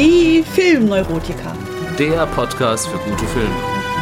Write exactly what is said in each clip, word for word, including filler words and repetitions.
Die Filmneurotiker. Der Podcast für gute Filme.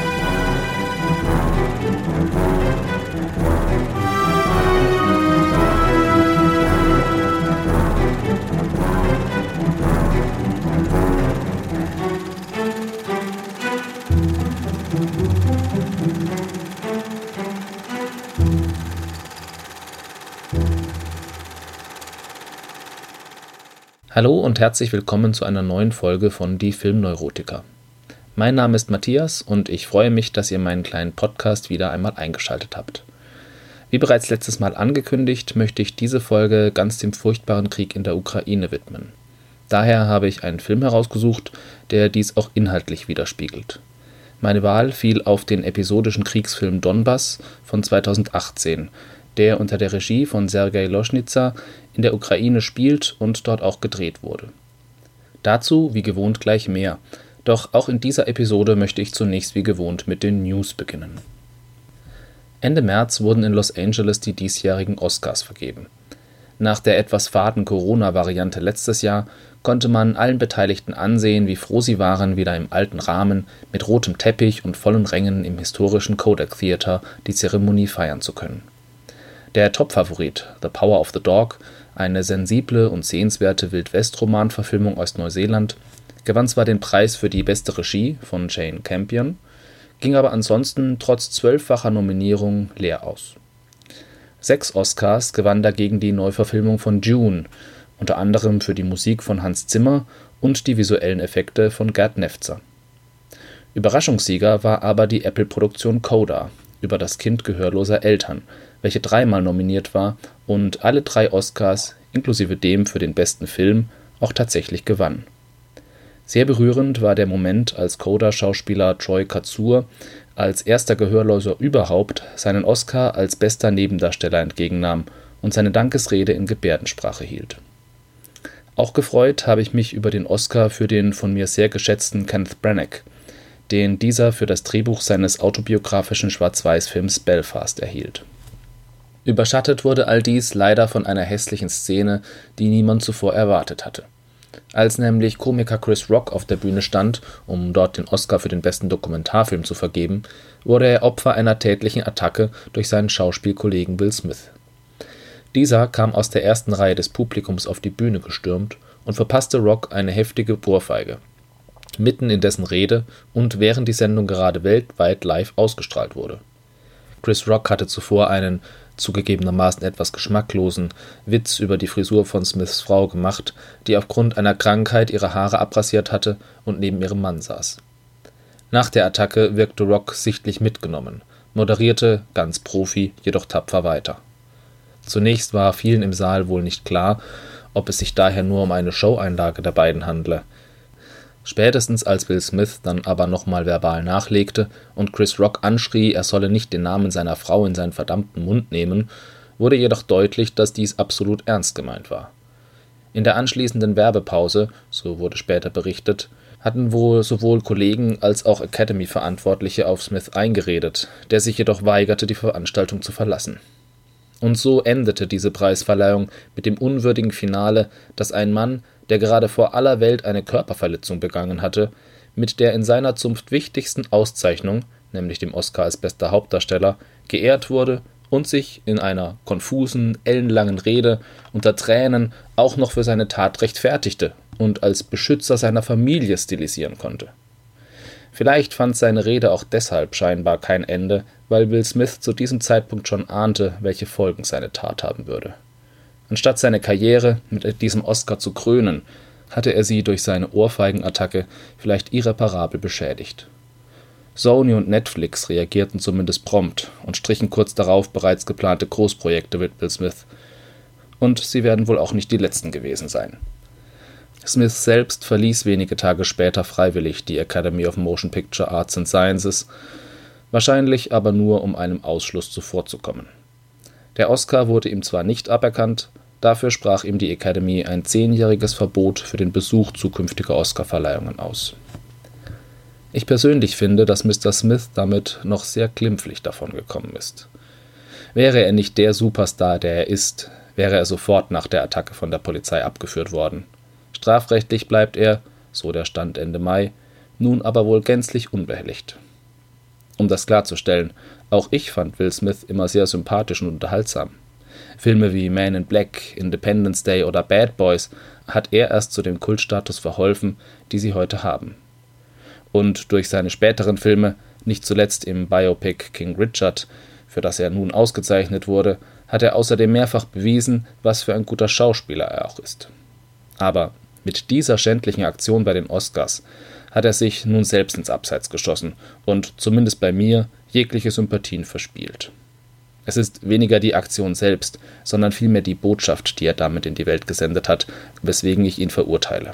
Hallo und herzlich willkommen zu einer neuen Folge von Die Filmneurotiker. Mein Name ist Matthias und ich freue mich, dass ihr meinen kleinen Podcast wieder einmal eingeschaltet habt. Wie bereits letztes Mal angekündigt, möchte ich diese Folge ganz dem furchtbaren Krieg in der Ukraine widmen. Daher habe ich einen Film herausgesucht, der dies auch inhaltlich widerspiegelt. Meine Wahl fiel auf den episodischen Kriegsfilm Donbass von zweitausendachtzehn, der unter der Regie von Sergei Loschnitzer in der Ukraine spielt und dort auch gedreht wurde. Dazu wie gewohnt gleich mehr, doch auch in dieser Episode möchte ich zunächst wie gewohnt mit den News beginnen. Ende März wurden in Los Angeles die diesjährigen Oscars vergeben. Nach der etwas faden Corona-Variante letztes Jahr konnte man allen Beteiligten ansehen, wie froh sie waren, wieder im alten Rahmen mit rotem Teppich und vollen Rängen im historischen Kodak Theater die Zeremonie feiern zu können. Der Top-Favorit, The Power of the Dog, eine sensible und sehenswerte Wild-West-Roman-Verfilmung aus Neuseeland, gewann zwar den Preis für die beste Regie von Jane Campion, ging aber ansonsten trotz zwölffacher Nominierung leer aus. Sechs Oscars gewann dagegen die Neuverfilmung von Dune, unter anderem für die Musik von Hans Zimmer und die visuellen Effekte von Gerd Nefzer. Überraschungssieger war aber die Apple-Produktion Coda über das Kind gehörloser Eltern, welche dreimal nominiert war und alle drei Oscars, inklusive dem für den besten Film, auch tatsächlich gewann. Sehr berührend war der Moment, als Coda-Schauspieler Troy Kotsur als erster Gehörloser überhaupt seinen Oscar als bester Nebendarsteller entgegennahm und seine Dankesrede in Gebärdensprache hielt. Auch gefreut habe ich mich über den Oscar für den von mir sehr geschätzten Kenneth Branagh, den dieser für das Drehbuch seines autobiografischen Schwarz-Weiß-Films Belfast erhielt. Überschattet wurde all dies leider von einer hässlichen Szene, die niemand zuvor erwartet hatte. Als nämlich Komiker Chris Rock auf der Bühne stand, um dort den Oscar für den besten Dokumentarfilm zu vergeben, wurde er Opfer einer tätlichen Attacke durch seinen Schauspielkollegen Will Smith. Dieser kam aus der ersten Reihe des Publikums auf die Bühne gestürmt und verpasste Rock eine heftige Ohrfeige, mitten in dessen Rede und während die Sendung gerade weltweit live ausgestrahlt wurde. Chris Rock hatte zuvor einen zugegebenermaßen etwas geschmacklosen Witz über die Frisur von Smiths Frau gemacht, die aufgrund einer Krankheit ihre Haare abrasiert hatte und neben ihrem Mann saß. Nach der Attacke wirkte Rock sichtlich mitgenommen, moderierte, ganz Profi, jedoch tapfer weiter. Zunächst war vielen im Saal wohl nicht klar, ob es sich daher nur um eine Showeinlage der beiden handle. Spätestens als Will Smith dann aber nochmal verbal nachlegte und Chris Rock anschrie, er solle nicht den Namen seiner Frau in seinen verdammten Mund nehmen, wurde jedoch deutlich, dass dies absolut ernst gemeint war. In der anschließenden Werbepause, so wurde später berichtet, hatten wohl sowohl Kollegen als auch Academy-Verantwortliche auf Smith eingeredet, der sich jedoch weigerte, die Veranstaltung zu verlassen. Und so endete diese Preisverleihung mit dem unwürdigen Finale, dass ein Mann, der gerade vor aller Welt eine Körperverletzung begangen hatte, mit der in seiner Zunft wichtigsten Auszeichnung, nämlich dem Oscar als bester Hauptdarsteller, geehrt wurde und sich in einer konfusen, ellenlangen Rede unter Tränen auch noch für seine Tat rechtfertigte und als Beschützer seiner Familie stilisieren konnte. Vielleicht fand seine Rede auch deshalb scheinbar kein Ende, weil Will Smith zu diesem Zeitpunkt schon ahnte, welche Folgen seine Tat haben würde. Anstatt seine Karriere mit diesem Oscar zu krönen, hatte er sie durch seine Ohrfeigenattacke vielleicht irreparabel beschädigt. Sony und Netflix reagierten zumindest prompt und strichen kurz darauf bereits geplante Großprojekte mit Will Smith. Und sie werden wohl auch nicht die letzten gewesen sein. Smith selbst verließ wenige Tage später freiwillig die Academy of Motion Picture Arts and Sciences, wahrscheinlich aber nur, um einem Ausschluss zuvorzukommen. Der Oscar wurde ihm zwar nicht aberkannt, dafür sprach ihm die Academy ein zehnjähriges Verbot für den Besuch zukünftiger Oscarverleihungen aus. Ich persönlich finde, dass Mister Smith damit noch sehr glimpflich davongekommen ist. Wäre er nicht der Superstar, der er ist, wäre er sofort nach der Attacke von der Polizei abgeführt worden. Strafrechtlich bleibt er, so der Stand Ende Mai, nun aber wohl gänzlich unbehelligt. Um das klarzustellen, auch ich fand Will Smith immer sehr sympathisch und unterhaltsam. Filme wie Man in Black, Independence Day oder Bad Boys hat er erst zu dem Kultstatus verholfen, die sie heute haben. Und durch seine späteren Filme, nicht zuletzt im Biopic King Richard, für das er nun ausgezeichnet wurde, hat er außerdem mehrfach bewiesen, was für ein guter Schauspieler er auch ist. Aber mit dieser schändlichen Aktion bei den Oscars hat er sich nun selbst ins Abseits geschossen und, zumindest bei mir, jegliche Sympathien verspielt. Es ist weniger die Aktion selbst, sondern vielmehr die Botschaft, die er damit in die Welt gesendet hat, weswegen ich ihn verurteile.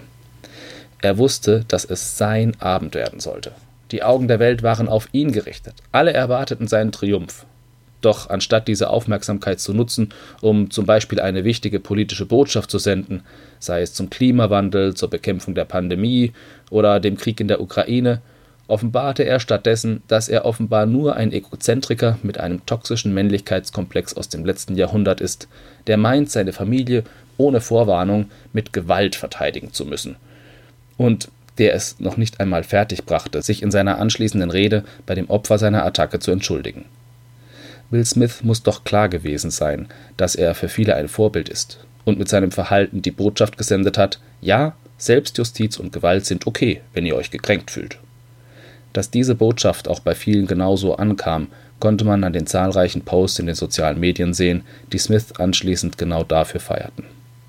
Er wusste, dass es sein Abend werden sollte. Die Augen der Welt waren auf ihn gerichtet. Alle erwarteten seinen Triumph. Doch anstatt diese Aufmerksamkeit zu nutzen, um zum Beispiel eine wichtige politische Botschaft zu senden, sei es zum Klimawandel, zur Bekämpfung der Pandemie oder dem Krieg in der Ukraine, offenbarte er stattdessen, dass er offenbar nur ein Egozentriker mit einem toxischen Männlichkeitskomplex aus dem letzten Jahrhundert ist, der meint, seine Familie ohne Vorwarnung mit Gewalt verteidigen zu müssen. Und der es noch nicht einmal fertig brachte, sich in seiner anschließenden Rede bei dem Opfer seiner Attacke zu entschuldigen. Will Smith muss doch klar gewesen sein, dass er für viele ein Vorbild ist und mit seinem Verhalten die Botschaft gesendet hat, ja, Selbstjustiz und Gewalt sind okay, wenn ihr euch gekränkt fühlt. Dass diese Botschaft auch bei vielen genauso ankam, konnte man an den zahlreichen Posts in den sozialen Medien sehen, die Smith anschließend genau dafür feierten.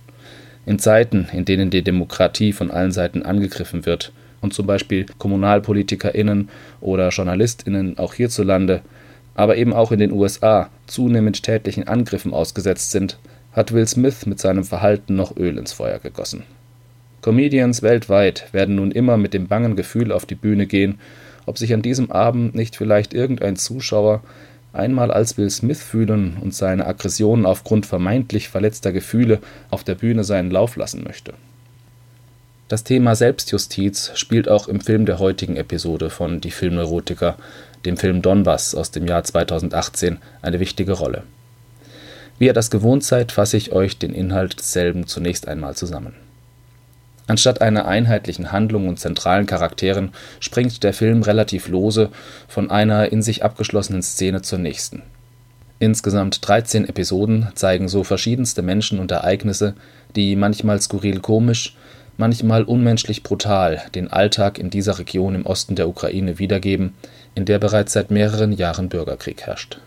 In Zeiten, in denen die Demokratie von allen Seiten angegriffen wird und zum Beispiel KommunalpolitikerInnen oder JournalistInnen auch hierzulande, aber eben auch in den U S A zunehmend tätlichen Angriffen ausgesetzt sind, hat Will Smith mit seinem Verhalten noch Öl ins Feuer gegossen. Comedians weltweit werden nun immer mit dem bangen Gefühl auf die Bühne gehen, ob sich an diesem Abend nicht vielleicht irgendein Zuschauer einmal als Will Smith fühlen und seine Aggressionen aufgrund vermeintlich verletzter Gefühle auf der Bühne seinen Lauf lassen möchte. Das Thema Selbstjustiz spielt auch im Film der heutigen Episode von Die Filmneurotiker, dem Film Donbass aus dem Jahr zweitausendachtzehn, eine wichtige Rolle. Wie ihr das gewohnt seid, fasse ich euch den Inhalt desselben zunächst einmal zusammen. Anstatt einer einheitlichen Handlung und zentralen Charakteren springt der Film relativ lose von einer in sich abgeschlossenen Szene zur nächsten. Insgesamt dreizehn Episoden zeigen so verschiedenste Menschen und Ereignisse, die manchmal skurril komisch, manchmal unmenschlich brutal den Alltag in dieser Region im Osten der Ukraine wiedergeben, in der bereits seit mehreren Jahren Bürgerkrieg herrscht.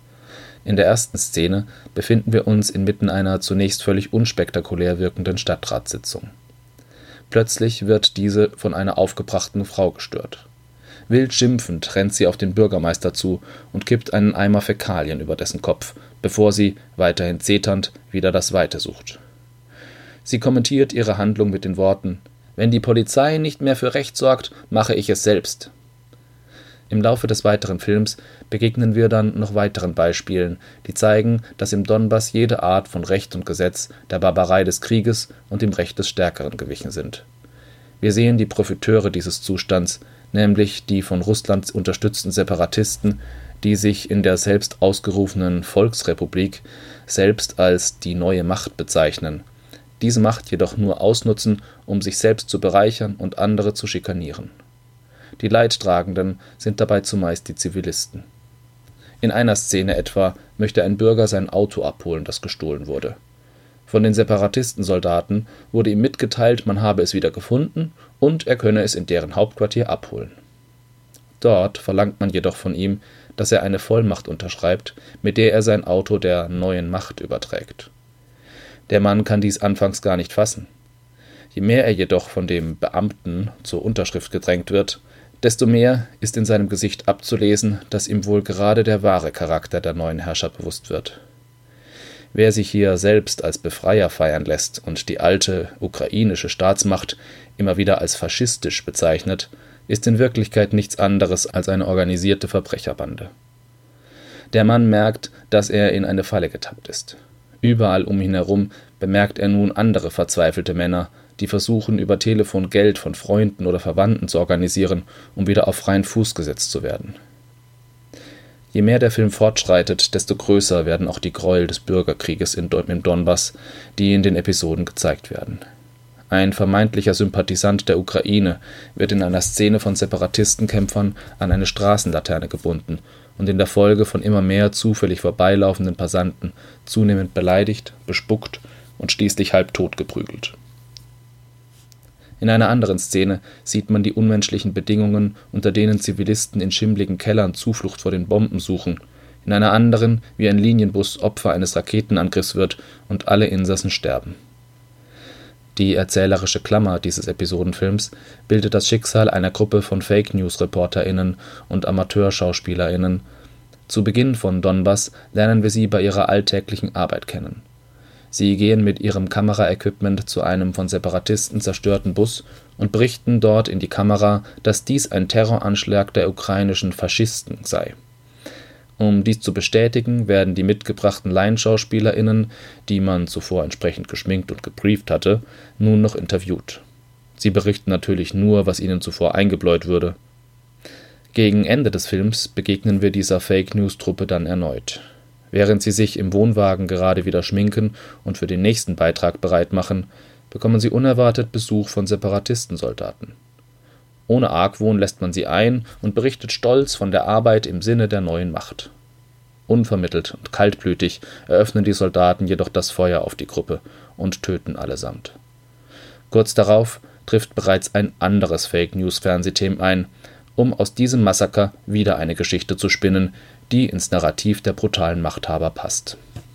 In der ersten Szene befinden wir uns inmitten einer zunächst völlig unspektakulär wirkenden Stadtratssitzung. Plötzlich wird diese von einer aufgebrachten Frau gestört. Wild schimpfend rennt sie auf den Bürgermeister zu und kippt einen Eimer Fäkalien über dessen Kopf, bevor sie, weiterhin zeternd, wieder das Weite sucht. Sie kommentiert ihre Handlung mit den Worten: »Wenn die Polizei nicht mehr für Recht sorgt, mache ich es selbst.« Im Laufe des weiteren Films begegnen wir dann noch weiteren Beispielen, die zeigen, dass im Donbass jede Art von Recht und Gesetz der Barbarei des Krieges und dem Recht des Stärkeren gewichen sind. Wir sehen die Profiteure dieses Zustands, nämlich die von Russland unterstützten Separatisten, die sich in der selbst ausgerufenen Volksrepublik selbst als die neue Macht bezeichnen, diese Macht jedoch nur ausnutzen, um sich selbst zu bereichern und andere zu schikanieren. Die Leidtragenden sind dabei zumeist die Zivilisten. In einer Szene etwa möchte ein Bürger sein Auto abholen, das gestohlen wurde. Von den Separatistensoldaten wurde ihm mitgeteilt, man habe es wieder gefunden und er könne es in deren Hauptquartier abholen. Dort verlangt man jedoch von ihm, dass er eine Vollmacht unterschreibt, mit der er sein Auto der neuen Macht überträgt. Der Mann kann dies anfangs gar nicht fassen. Je mehr er jedoch von dem Beamten zur Unterschrift gedrängt wird, desto mehr ist in seinem Gesicht abzulesen, dass ihm wohl gerade der wahre Charakter der neuen Herrscher bewusst wird. Wer sich hier selbst als Befreier feiern lässt und die alte ukrainische Staatsmacht immer wieder als faschistisch bezeichnet, ist in Wirklichkeit nichts anderes als eine organisierte Verbrecherbande. Der Mann merkt, dass er in eine Falle getappt ist. Überall um ihn herum bemerkt er nun andere verzweifelte Männer, die versuchen, über Telefon Geld von Freunden oder Verwandten zu organisieren, um wieder auf freien Fuß gesetzt zu werden. Je mehr der Film fortschreitet, desto größer werden auch die Gräuel des Bürgerkrieges in, im Donbass, die in den Episoden gezeigt werden. Ein vermeintlicher Sympathisant der Ukraine wird in einer Szene von Separatistenkämpfern an eine Straßenlaterne gebunden und in der Folge von immer mehr zufällig vorbeilaufenden Passanten zunehmend beleidigt, bespuckt und schließlich halbtot geprügelt. In einer anderen Szene sieht man die unmenschlichen Bedingungen, unter denen Zivilisten in schimmligen Kellern Zuflucht vor den Bomben suchen, in einer anderen, wie ein Linienbus Opfer eines Raketenangriffs wird und alle Insassen sterben. Die erzählerische Klammer dieses Episodenfilms bildet das Schicksal einer Gruppe von Fake-News-ReporterInnen und AmateurschauspielerInnen. Zu Beginn von Donbass lernen wir sie bei ihrer alltäglichen Arbeit kennen. Sie gehen mit ihrem Kameraequipment zu einem von Separatisten zerstörten Bus und berichten dort in die Kamera, dass dies ein Terroranschlag der ukrainischen Faschisten sei. Um dies zu bestätigen, werden die mitgebrachten LaienschauspielerInnen, die man zuvor entsprechend geschminkt und gebrieft hatte, nun noch interviewt. Sie berichten natürlich nur, was ihnen zuvor eingebläut würde. Gegen Ende des Films begegnen wir dieser Fake-News-Truppe dann erneut. Während sie sich im Wohnwagen gerade wieder schminken und für den nächsten Beitrag bereit machen, bekommen sie unerwartet Besuch von Separatistensoldaten. Ohne Argwohn lässt man sie ein und berichtet stolz von der Arbeit im Sinne der neuen Macht. Unvermittelt und kaltblütig eröffnen die Soldaten jedoch das Feuer auf die Gruppe und töten allesamt. Kurz darauf trifft bereits ein anderes Fake-News-Fernsehteam ein, um aus diesem Massaker wieder eine Geschichte zu spinnen, die ins Narrativ der brutalen Machthaber passt.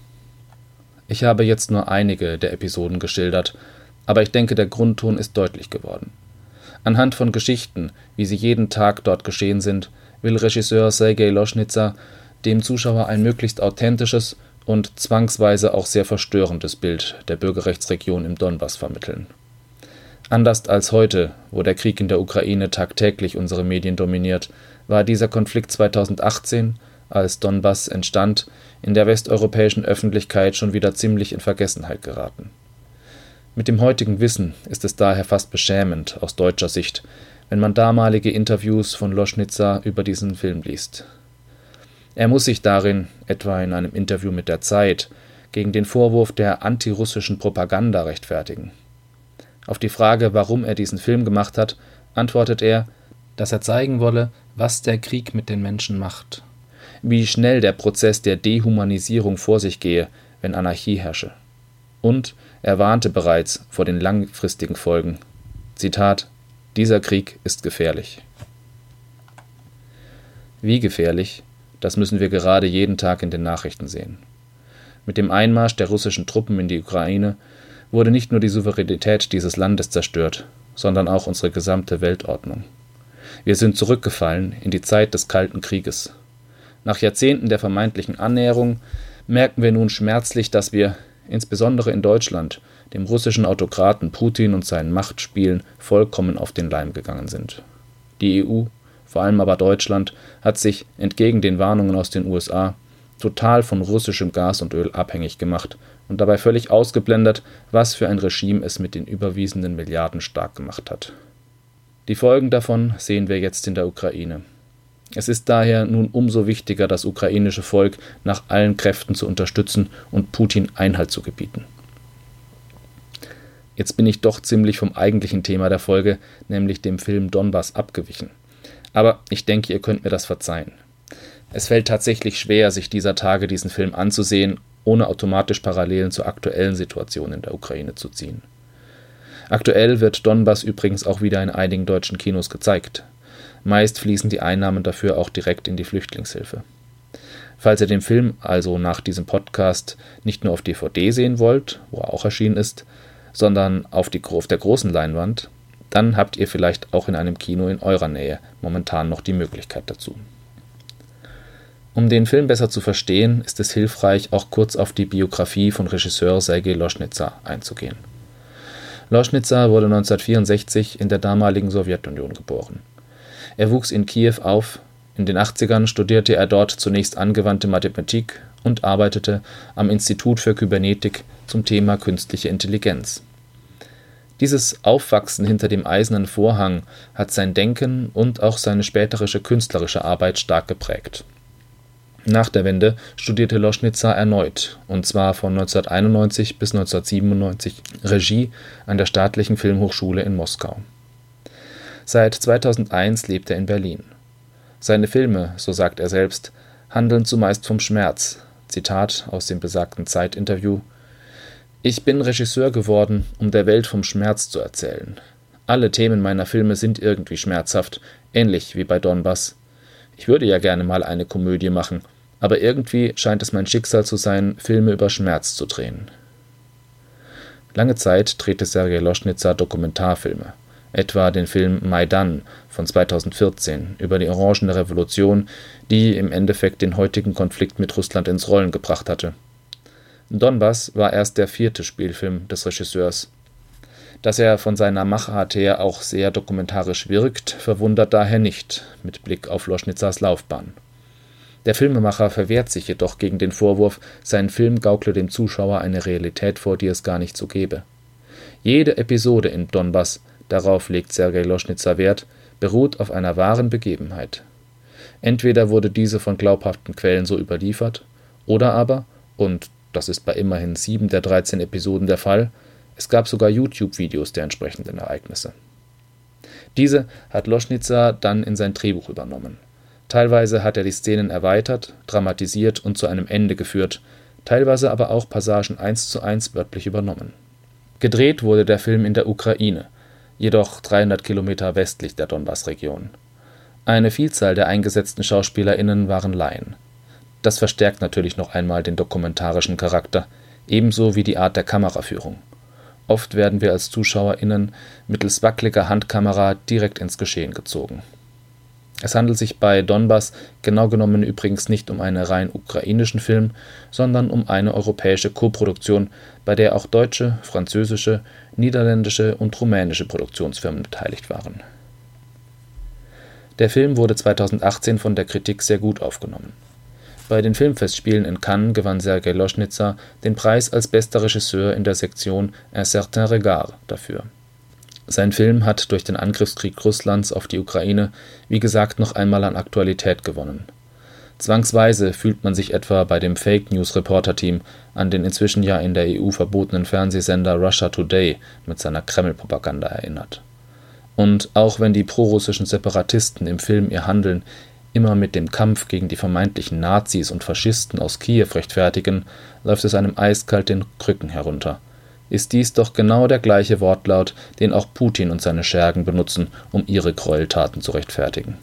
Ich habe jetzt nur einige der Episoden geschildert, aber ich denke, der Grundton ist deutlich geworden. Anhand von Geschichten, wie sie jeden Tag dort geschehen sind, will Regisseur Sergei Loschnitzer dem Zuschauer ein möglichst authentisches und zwangsweise auch sehr verstörendes Bild der Bürgerrechtsregion im Donbass vermitteln. Anders als heute, wo der Krieg in der Ukraine tagtäglich unsere Medien dominiert, war dieser Konflikt zweitausendachtzehn, als Donbass entstand, in der westeuropäischen Öffentlichkeit schon wieder ziemlich in Vergessenheit geraten. Mit dem heutigen Wissen ist es daher fast beschämend aus deutscher Sicht, wenn man damalige Interviews von Loschnitzer über diesen Film liest. Er muss sich darin, etwa in einem Interview mit der Zeit, gegen den Vorwurf der antirussischen Propaganda rechtfertigen. Auf die Frage, warum er diesen Film gemacht hat, antwortet er, dass er zeigen wolle, was der Krieg mit den Menschen macht, wie schnell der Prozess der Dehumanisierung vor sich gehe, wenn Anarchie herrsche. Und er warnte bereits vor den langfristigen Folgen. Zitat: Dieser Krieg ist gefährlich. Wie gefährlich, das müssen wir gerade jeden Tag in den Nachrichten sehen. Mit dem Einmarsch der russischen Truppen in die Ukraine wurde nicht nur die Souveränität dieses Landes zerstört, sondern auch unsere gesamte Weltordnung. Wir sind zurückgefallen in die Zeit des Kalten Krieges. Nach Jahrzehnten der vermeintlichen Annäherung merken wir nun schmerzlich, dass wir, insbesondere in Deutschland, dem russischen Autokraten Putin und seinen Machtspielen vollkommen auf den Leim gegangen sind. Die E U, vor allem aber Deutschland, hat sich, entgegen den Warnungen aus den U S A, total von russischem Gas und Öl abhängig gemacht und dabei völlig ausgeblendet, was für ein Regime es mit den überwiesenen Milliarden stark gemacht hat. Die Folgen davon sehen wir jetzt in der Ukraine. Es ist daher nun umso wichtiger, das ukrainische Volk nach allen Kräften zu unterstützen und Putin Einhalt zu gebieten. Jetzt bin ich doch ziemlich vom eigentlichen Thema der Folge, nämlich dem Film Donbass, abgewichen. Aber ich denke, ihr könnt mir das verzeihen. Es fällt tatsächlich schwer, sich dieser Tage diesen Film anzusehen, ohne automatisch Parallelen zur aktuellen Situation in der Ukraine zu ziehen. Aktuell wird Donbass übrigens auch wieder in einigen deutschen Kinos gezeigt. Meist fließen die Einnahmen dafür auch direkt in die Flüchtlingshilfe. Falls ihr den Film also nach diesem Podcast nicht nur auf D V D sehen wollt, wo er auch erschienen ist, sondern auf, die, auf der großen Leinwand, dann habt ihr vielleicht auch in einem Kino in eurer Nähe momentan noch die Möglichkeit dazu. Um den Film besser zu verstehen, ist es hilfreich, auch kurz auf die Biografie von Regisseur Sergei Loschnitzer einzugehen. Loschnitzer wurde neunzehnhundertvierundsechzig in der damaligen Sowjetunion geboren. Er wuchs in Kiew auf. In den achtzigern studierte er dort zunächst angewandte Mathematik und arbeitete am Institut für Kybernetik zum Thema künstliche Intelligenz. Dieses Aufwachsen hinter dem eisernen Vorhang hat sein Denken und auch seine spätere künstlerische Arbeit stark geprägt. Nach der Wende studierte Loschnitzer erneut, und zwar von neunzehnhunderteinundneunzig bis neunzehnhundertsiebenundneunzig Regie an der Staatlichen Filmhochschule in Moskau. Seit zweitausendeins lebt er in Berlin. Seine Filme, so sagt er selbst, handeln zumeist vom Schmerz. Zitat aus dem besagten Zeit-Interview: Ich bin Regisseur geworden, um der Welt vom Schmerz zu erzählen. Alle Themen meiner Filme sind irgendwie schmerzhaft, ähnlich wie bei Donbass. Ich würde ja gerne mal eine Komödie machen, aber irgendwie scheint es mein Schicksal zu sein, Filme über Schmerz zu drehen. Lange Zeit drehte Sergei Loschnitzer Dokumentarfilme, etwa den Film Maidan von zweitausendvierzehn über die Orangene Revolution, die im Endeffekt den heutigen Konflikt mit Russland ins Rollen gebracht hatte. Donbass war erst der vierte Spielfilm des Regisseurs. Dass er von seiner Machart her auch sehr dokumentarisch wirkt, verwundert daher nicht, mit Blick auf Loschnitzers Laufbahn. Der Filmemacher verwehrt sich jedoch gegen den Vorwurf, sein Film gaukle dem Zuschauer eine Realität vor, die es gar nicht so gäbe. Jede Episode in Donbass, darauf legt Sergei Loschnitzer Wert, beruht auf einer wahren Begebenheit. Entweder wurde diese von glaubhaften Quellen so überliefert, oder aber, und das ist bei immerhin sieben der dreizehn Episoden der Fall, es gab sogar YouTube-Videos der entsprechenden Ereignisse. Diese hat Loschnitzer dann in sein Drehbuch übernommen. Teilweise hat er die Szenen erweitert, dramatisiert und zu einem Ende geführt, teilweise aber auch Passagen eins zu eins wörtlich übernommen. Gedreht wurde der Film in der Ukraine, jedoch dreihundert Kilometer westlich der Donbass-Region. Eine Vielzahl der eingesetzten SchauspielerInnen waren Laien. Das verstärkt natürlich noch einmal den dokumentarischen Charakter, ebenso wie die Art der Kameraführung. Oft werden wir als ZuschauerInnen mittels wackeliger Handkamera direkt ins Geschehen gezogen. Es handelt sich bei Donbass genau genommen übrigens nicht um einen rein ukrainischen Film, sondern um eine europäische Koproduktion, bei der auch deutsche, französische, niederländische und rumänische Produktionsfirmen beteiligt waren. Der Film wurde zweitausendachtzehn von der Kritik sehr gut aufgenommen. Bei den Filmfestspielen in Cannes gewann Sergei Loschnitzer den Preis als bester Regisseur in der Sektion Un certain regard dafür. Sein Film hat durch den Angriffskrieg Russlands auf die Ukraine, wie gesagt, noch einmal an Aktualität gewonnen. Zwangsweise fühlt man sich etwa bei dem Fake-News-Reporter-Team an den inzwischen ja in der E U verbotenen Fernsehsender Russia Today mit seiner Kreml-Propaganda erinnert. Und auch wenn die prorussischen Separatisten im Film ihr Handeln immer mit dem Kampf gegen die vermeintlichen Nazis und Faschisten aus Kiew rechtfertigen, läuft es einem eiskalt den Rücken herunter. Ist dies doch genau der gleiche Wortlaut, den auch Putin und seine Schergen benutzen, um ihre Gräueltaten zu rechtfertigen.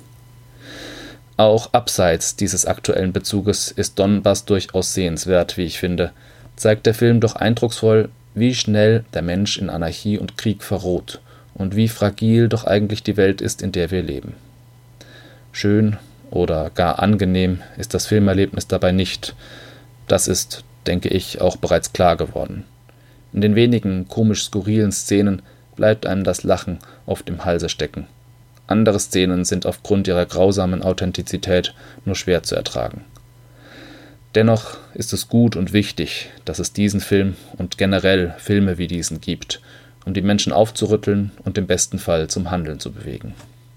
Auch abseits dieses aktuellen Bezuges ist Donbass durchaus sehenswert, wie ich finde, zeigt der Film doch eindrucksvoll, wie schnell der Mensch in Anarchie und Krieg verroht und wie fragil doch eigentlich die Welt ist, in der wir leben. Schön oder gar angenehm ist das Filmerlebnis dabei nicht. Das ist, denke ich, auch bereits klar geworden. In den wenigen komisch skurrilen Szenen bleibt einem das Lachen oft im Halse stecken. Andere Szenen sind aufgrund ihrer grausamen Authentizität nur schwer zu ertragen. Dennoch ist es gut und wichtig, dass es diesen Film und generell Filme wie diesen gibt, um die Menschen aufzurütteln und im besten Fall zum Handeln zu bewegen.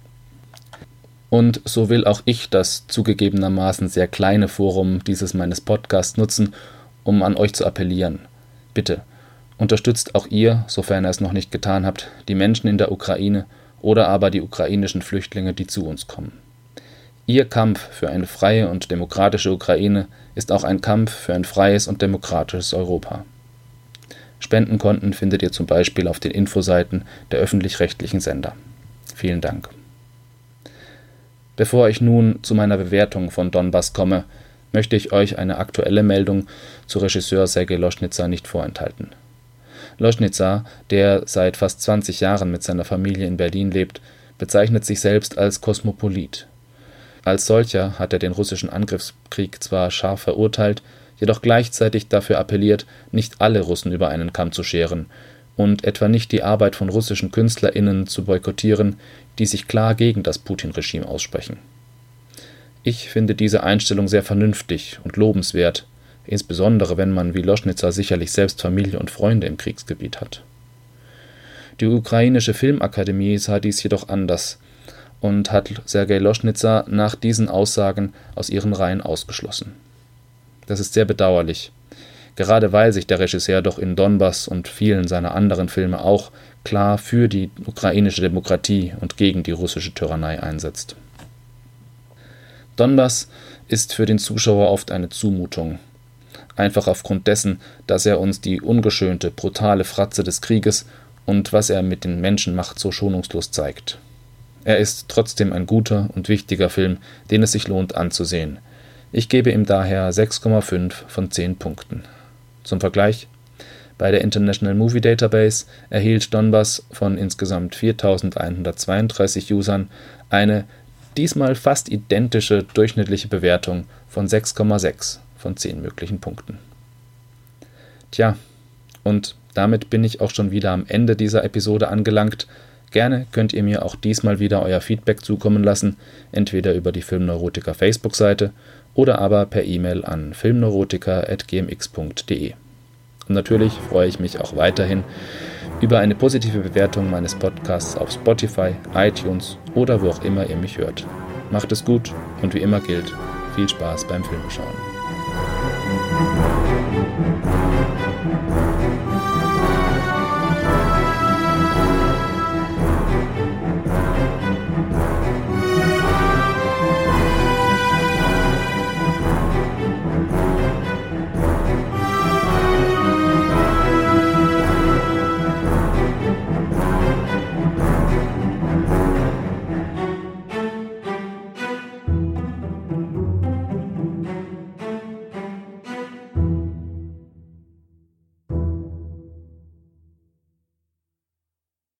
Und so will auch ich das zugegebenermaßen sehr kleine Forum dieses meines Podcasts nutzen, um an euch zu appellieren. Bitte, unterstützt auch ihr, sofern ihr es noch nicht getan habt, die Menschen in der Ukraine oder aber die ukrainischen Flüchtlinge, die zu uns kommen. Ihr Kampf für eine freie und demokratische Ukraine ist auch ein Kampf für ein freies und demokratisches Europa. Spendenkonten findet ihr zum Beispiel auf den Infoseiten der öffentlich-rechtlichen Sender. Vielen Dank. Bevor ich nun zu meiner Bewertung von Donbass komme, möchte ich euch eine aktuelle Meldung zu Regisseur Sergei Loschnitzer nicht vorenthalten. Loschnitzer, der seit fast zwanzig Jahren mit seiner Familie in Berlin lebt, bezeichnet sich selbst als Kosmopolit. Als solcher hat er den russischen Angriffskrieg zwar scharf verurteilt, jedoch gleichzeitig dafür appelliert, nicht alle Russen über einen Kamm zu scheren und etwa nicht die Arbeit von russischen KünstlerInnen zu boykottieren, die sich klar gegen das Putin-Regime aussprechen. Ich finde diese Einstellung sehr vernünftig und lobenswert, insbesondere wenn man wie Loschnitzer sicherlich selbst Familie und Freunde im Kriegsgebiet hat. Die ukrainische Filmakademie sah dies jedoch anders. und hat Sergei Loschnitzer nach diesen Aussagen aus ihren Reihen ausgeschlossen. Das ist sehr bedauerlich, gerade weil sich der Regisseur doch in Donbass und vielen seiner anderen Filme auch klar für die ukrainische Demokratie und gegen die russische Tyrannei einsetzt. Donbass ist für den Zuschauer oft eine Zumutung, einfach aufgrund dessen, dass er uns die ungeschönte, brutale Fratze des Krieges und was er mit den Menschen macht, so schonungslos zeigt. Er ist trotzdem ein guter und wichtiger Film, den es sich lohnt anzusehen. Ich gebe ihm daher sechs Komma fünf von zehn Punkten. Zum Vergleich: Bei der International Movie Database erhielt Donbass von insgesamt viertausendeinhundertzweiunddreißig Usern eine diesmal fast identische durchschnittliche Bewertung von sechs Komma sechs von zehn möglichen Punkten. Tja, und damit bin ich auch schon wieder am Ende dieser Episode angelangt. Gerne könnt ihr mir auch diesmal wieder euer Feedback zukommen lassen, entweder über die Filmneurotiker Facebook-Seite oder aber per E-Mail an filmneurotiker at g m x punkt d e. Und natürlich freue ich mich auch weiterhin über eine positive Bewertung meines Podcasts auf Spotify, iTunes oder wo auch immer ihr mich hört. Macht es gut und wie immer gilt, viel Spaß beim Filmschauen.